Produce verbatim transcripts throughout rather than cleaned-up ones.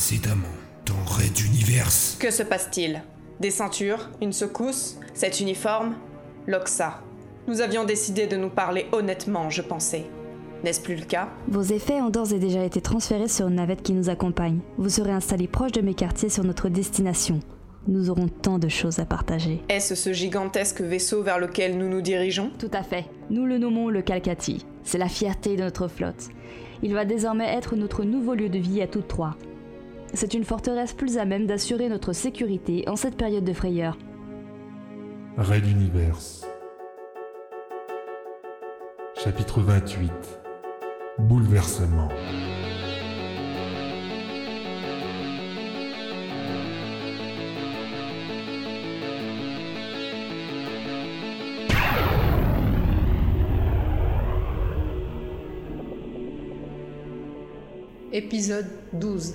Précédemment, dans Red Universe. Que se passe-t-il? Des ceintures, une secousse, cet uniforme? Loxa, nous avions décidé de nous parler honnêtement, je pensais. N'est-ce plus le cas? Vos effets ont d'ores et déjà été transférés sur une navette qui nous accompagne. Vous serez installés proche de mes quartiers sur notre destination. Nous aurons tant de choses à partager. Est-ce ce gigantesque vaisseau vers lequel nous nous dirigeons? Tout à fait. Nous le nommons le Calcati. C'est la fierté de notre flotte. Il va désormais être notre nouveau lieu de vie à toutes trois. C'est une forteresse plus à même d'assurer notre sécurité en cette période de frayeur. Red Universe. Chapitre vingt-huit. Bouleversement. Épisode douze.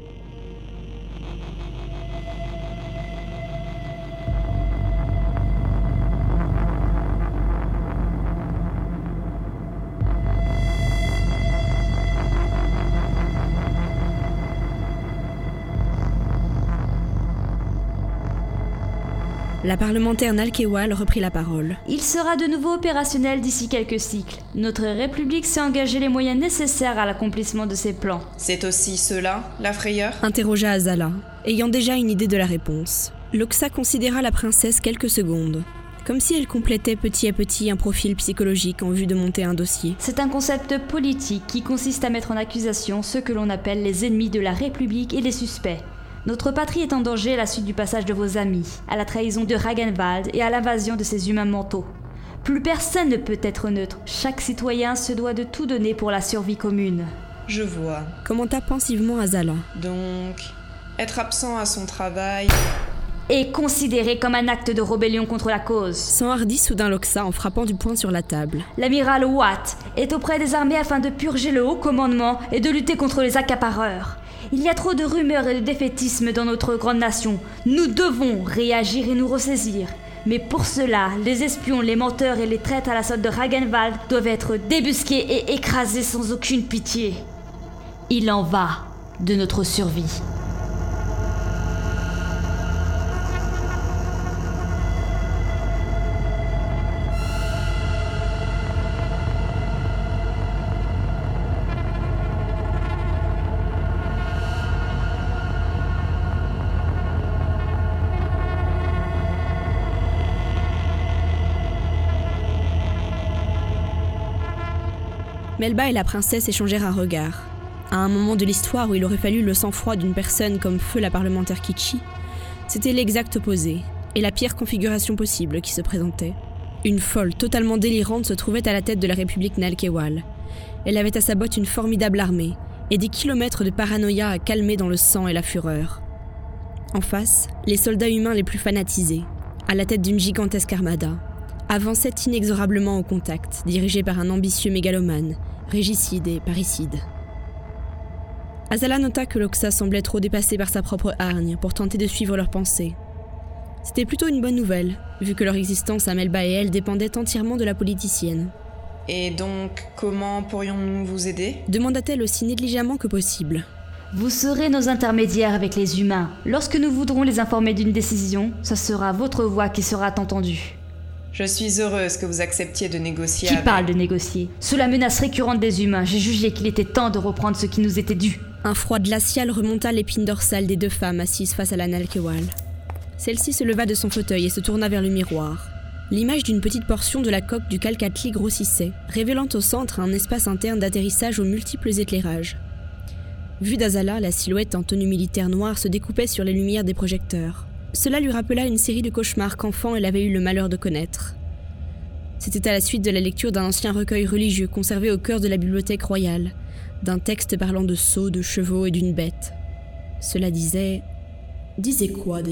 La parlementaire Nalkewal reprit la parole. Il sera de nouveau opérationnel d'ici quelques cycles. Notre République s'est engagée les moyens nécessaires à l'accomplissement de ses plans. C'est aussi cela, la frayeur? Interrogea Azala, ayant déjà une idée de la réponse. Loxa considéra la princesse quelques secondes, comme si elle complétait petit à petit un profil psychologique en vue de monter un dossier. C'est un concept politique qui consiste à mettre en accusation ceux que l'on appelle les ennemis de la République et les suspects. Notre patrie est en danger à la suite du passage de vos amis, à la trahison de Ragenwald et à l'invasion de ces humains mentaux. Plus personne ne peut être neutre. Chaque citoyen se doit de tout donner pour la survie commune. Je vois. Commenta pensivement Azala. Donc, être absent à son travail... est considéré comme un acte de rébellion contre la cause. S'enhardit soudain Loxa en frappant du poing sur la table. L'amiral Watt est auprès des armées afin de purger le haut commandement et de lutter contre les accapareurs. Il y a trop de rumeurs et de défaitisme dans notre grande nation. Nous devons réagir et nous ressaisir. Mais pour cela, les espions, les menteurs et les traîtres à la solde de Ragenwald doivent être débusqués et écrasés sans aucune pitié. Il en va de notre survie. Melba et la princesse échangèrent un regard. À un moment de l'histoire où il aurait fallu le sang-froid d'une personne comme feu la parlementaire Kichi, c'était l'exact opposé, et la pire configuration possible qui se présentait. Une folle totalement délirante se trouvait à la tête de la République Nalkewal. Elle avait à sa botte une formidable armée, et des kilomètres de paranoïa à calmer dans le sang et la fureur. En face, les soldats humains les plus fanatisés, à la tête d'une gigantesque armada, avançaient inexorablement au contact, dirigés par un ambitieux mégalomane, régicide et parricide. Azala nota que Loxa semblait trop dépassée par sa propre hargne pour tenter de suivre leurs pensées. C'était plutôt une bonne nouvelle, vu que leur existence à Melba et elle dépendait entièrement de la politicienne. Et donc, comment pourrions-nous vous aider? Demanda-t-elle aussi négligemment que possible. Vous serez nos intermédiaires avec les humains. Lorsque nous voudrons les informer d'une décision, ce sera votre voix qui sera entendue. Je suis heureuse que vous acceptiez de négocier Qui avec... parle de négocier? Sous la menace récurrente des humains, j'ai jugé qu'il était temps de reprendre ce qui nous était dû. Un froid glacial remonta l'épine dorsale des deux femmes assises face à la Nalkewal. Celle-ci se leva de son fauteuil et se tourna vers le miroir. L'image d'une petite portion de la coque du Calcatli grossissait, révélant au centre un espace interne d'atterrissage aux multiples éclairages. Vue d'Azala, la silhouette en tenue militaire noire se découpait sur les lumières des projecteurs. Cela lui rappela une série de cauchemars qu'enfant elle avait eu le malheur de connaître. C'était à la suite de la lecture d'un ancien recueil religieux conservé au cœur de la bibliothèque royale, d'un texte parlant de sceaux, de chevaux et d'une bête. Cela disait... Disait quoi déjà ?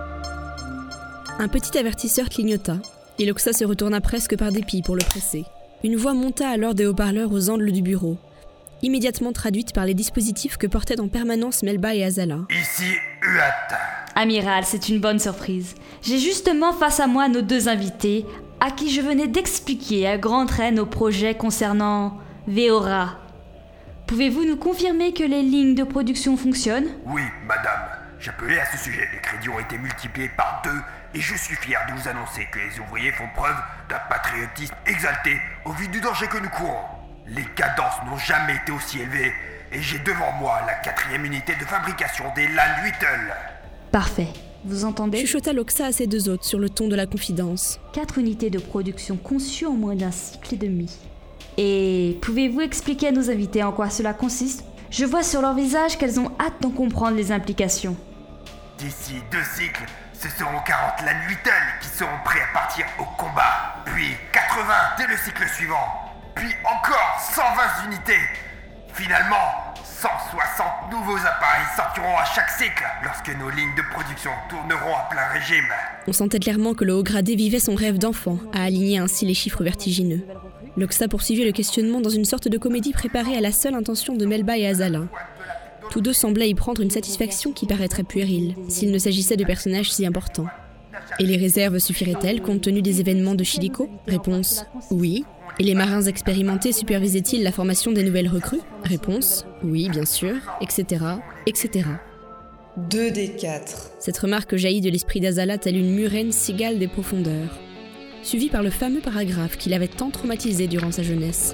Un petit avertisseur clignota, et Loxa se retourna presque par dépit pour le presser. Une voix monta alors des haut-parleurs aux angles du bureau, immédiatement traduite par les dispositifs que portaient en permanence Melba et Azala. Ici, Huat. Amiral, c'est une bonne surprise. J'ai justement face à moi nos deux invités, à qui je venais d'expliquer à grands traits nos projets concernant Veora. Pouvez-vous nous confirmer que les lignes de production fonctionnent ? Oui, madame. J'appelais à ce sujet. Les crédits ont été multipliés par deux et je suis fier de vous annoncer que les ouvriers font preuve d'un patriotisme exalté au vu du danger que nous courons. Les cadences n'ont jamais été aussi élevées et j'ai devant moi la quatrième unité de fabrication des lames Whittle. Parfait. Vous entendez ? Chuchota Loxa à ses deux hôtes sur le ton de la confidence. Quatre unités de production conçues en moins d'un cycle et demi. Et pouvez-vous expliquer à nos invités en quoi cela consiste ? Je vois sur leur visage qu'elles ont hâte d'en comprendre les implications. D'ici deux cycles, ce seront quarante lames Whittle qui seront prêts à partir au combat. Puis quatre-vingts dès le cycle suivant. Puis encore cent vingt unités. Finalement, cent soixante nouveaux appareils sortiront à chaque cycle lorsque nos lignes de production tourneront à plein régime. On sentait clairement que le haut gradé vivait son rêve d'enfant, à aligner ainsi les chiffres vertigineux. Loxa poursuivait le questionnement dans une sorte de comédie préparée à la seule intention de Melba et Azala. Tous deux semblaient y prendre une satisfaction qui paraîtrait puérile, s'il ne s'agissait de personnages si importants. Et les réserves suffiraient-elles compte tenu des événements de Chilico ? Réponse : oui. Et les marins expérimentés supervisaient-ils la formation des nouvelles recrues ? Réponse : oui, bien sûr, et cetera, et cetera. Deux des quatre. Cette remarque jaillit de l'esprit d'Azala telle une murène cigale des profondeurs, suivie par le fameux paragraphe qui l'avait tant traumatisé durant sa jeunesse.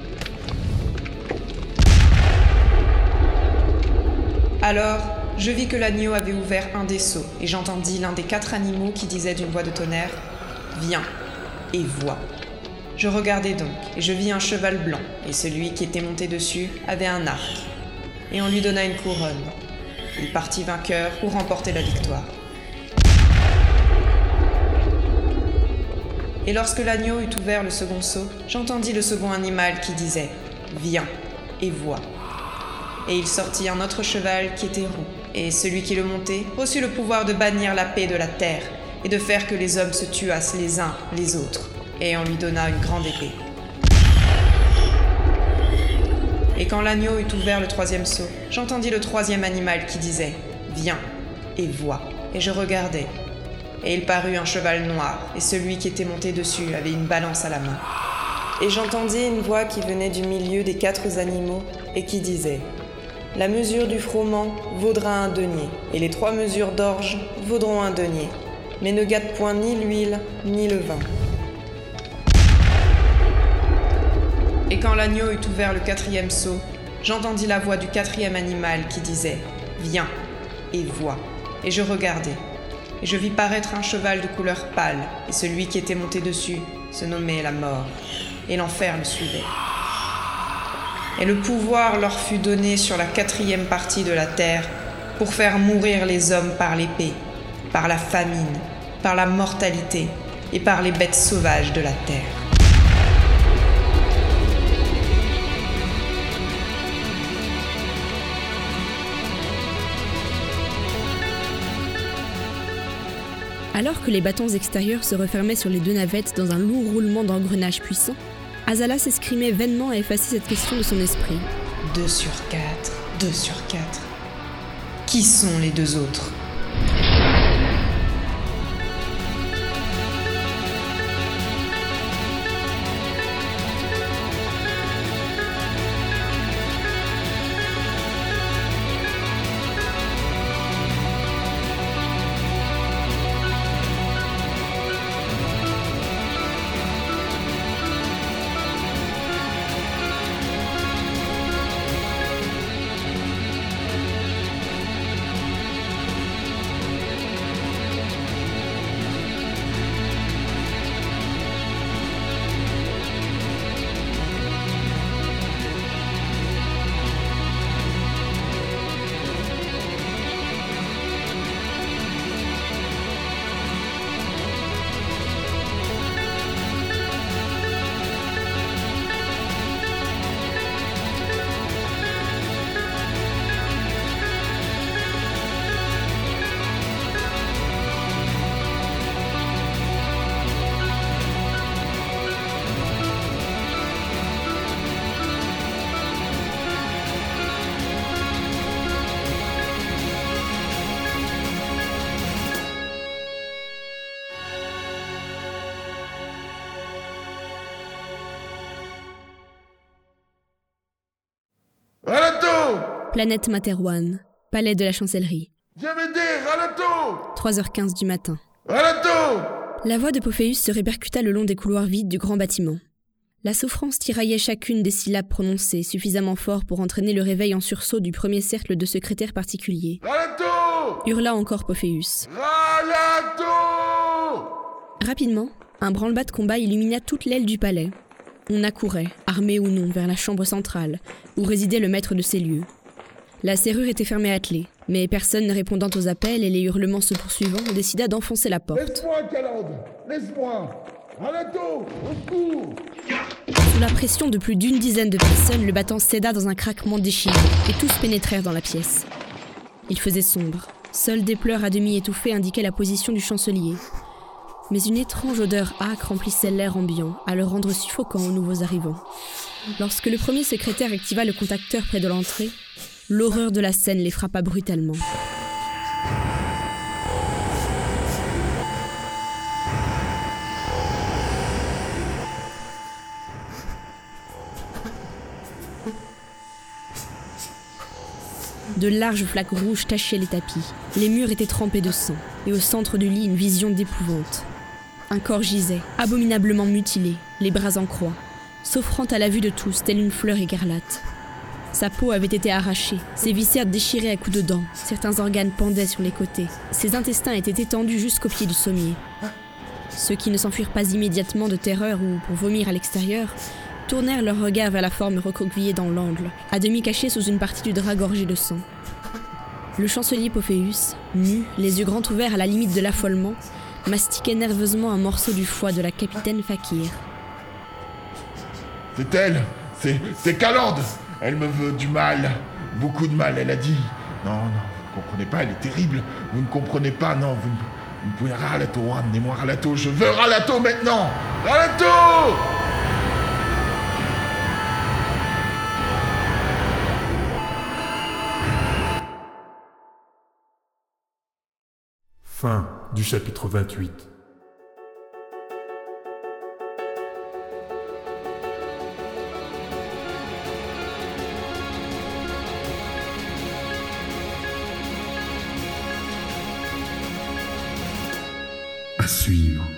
Alors, je vis que l'agneau avait ouvert un des seaux, et j'entendis l'un des quatre animaux qui disait d'une voix de tonnerre « Viens et vois ». Je regardai donc, et je vis un cheval blanc, et celui qui était monté dessus avait un arc, et on lui donna une couronne. Il partit vainqueur pour remporter la victoire. Et lorsque l'agneau eut ouvert le second seau, j'entendis le second animal qui disait « Viens et vois ». Et il sortit un autre cheval qui était roux, et celui qui le montait reçut le pouvoir de bannir la paix de la terre, et de faire que les hommes se tuassent les uns les autres. Et on lui donna une grande épée. Et quand l'agneau eut ouvert le troisième seau, j'entendis le troisième animal qui disait « Viens et vois ». Et je regardai, et il parut un cheval noir, et celui qui était monté dessus avait une balance à la main. Et j'entendis une voix qui venait du milieu des quatre animaux, et qui disait « La mesure du froment vaudra un denier, et les trois mesures d'orge vaudront un denier, mais ne gâte point ni l'huile ni le vin. » Et quand l'agneau eut ouvert le quatrième seau, j'entendis la voix du quatrième animal qui disait « Viens et vois ». Et je regardai, et je vis paraître un cheval de couleur pâle, et celui qui était monté dessus se nommait la mort, et l'enfer le suivait. Et le pouvoir leur fut donné sur la quatrième partie de la terre pour faire mourir les hommes par l'épée, par la famine, par la mortalité et par les bêtes sauvages de la terre. Alors que les bâtons extérieurs se refermaient sur les deux navettes dans un lourd roulement d'engrenages puissant, Azala s'escrimait vainement à effacer cette question de son esprit. Deux sur quatre, deux sur quatre. Qui sont les deux autres ? Planète Materwan, palais de la chancellerie. Viens m'aider, Ralato! trois heures quinze du matin. Ralato! La voix de Pophéus se répercuta le long des couloirs vides du grand bâtiment. La souffrance tiraillait chacune des syllabes prononcées, suffisamment fort pour entraîner le réveil en sursaut du premier cercle de secrétaires particuliers. Ralato! Hurla encore Pophéus. Ralato! Rapidement, un branle-bas de combat illumina toute l'aile du palais. On accourait, armé ou non, vers la chambre centrale, où résidait le maître de ces lieux. La serrure était fermée à clé, mais personne ne répondant aux appels et les hurlements se poursuivant, décida d'enfoncer la porte. Laisse-moi, Calande! Laisse-moi! Ralato! Au secours! Sous la pression de plus d'une dizaine de personnes, le battant céda dans un craquement déchirant, et tous pénétrèrent dans la pièce. Il faisait sombre. Seuls des pleurs à demi étouffés indiquaient la position du chancelier. Mais une étrange odeur âcre remplissait l'air ambiant, à le rendre suffocant aux nouveaux arrivants. Lorsque le premier secrétaire activa le contacteur près de l'entrée, l'horreur de la scène les frappa brutalement. De larges flaques rouges tachaient les tapis. Les murs étaient trempés de sang, et au centre du lit, une vision d'épouvante. Un corps gisait, abominablement mutilé, les bras en croix, s'offrant à la vue de tous, telle une fleur écarlate. Sa peau avait été arrachée, ses viscères déchirés à coups de dents, certains organes pendaient sur les côtés, ses intestins étaient étendus jusqu'au pied du sommier. Ceux qui ne s'enfuirent pas immédiatement de terreur ou pour vomir à l'extérieur, tournèrent leur regard vers la forme recroquevillée dans l'angle, à demi cachée sous une partie du drap gorgé de sang. Le chancelier Pophéus, nu, les yeux grands ouverts à la limite de l'affolement, mastiquait nerveusement un morceau du foie de la capitaine Fakir. C'est elle! C'est, c'est Calande! Elle me veut du mal. Beaucoup de mal, elle a dit. Non, non, vous ne comprenez pas, elle est terrible. Vous ne comprenez pas, non, vous, vous ne pouvez... Ralato, amenez-moi Ralato, je veux Ralato maintenant! Ralato! Fin du chapitre vingt-huit. À suivre.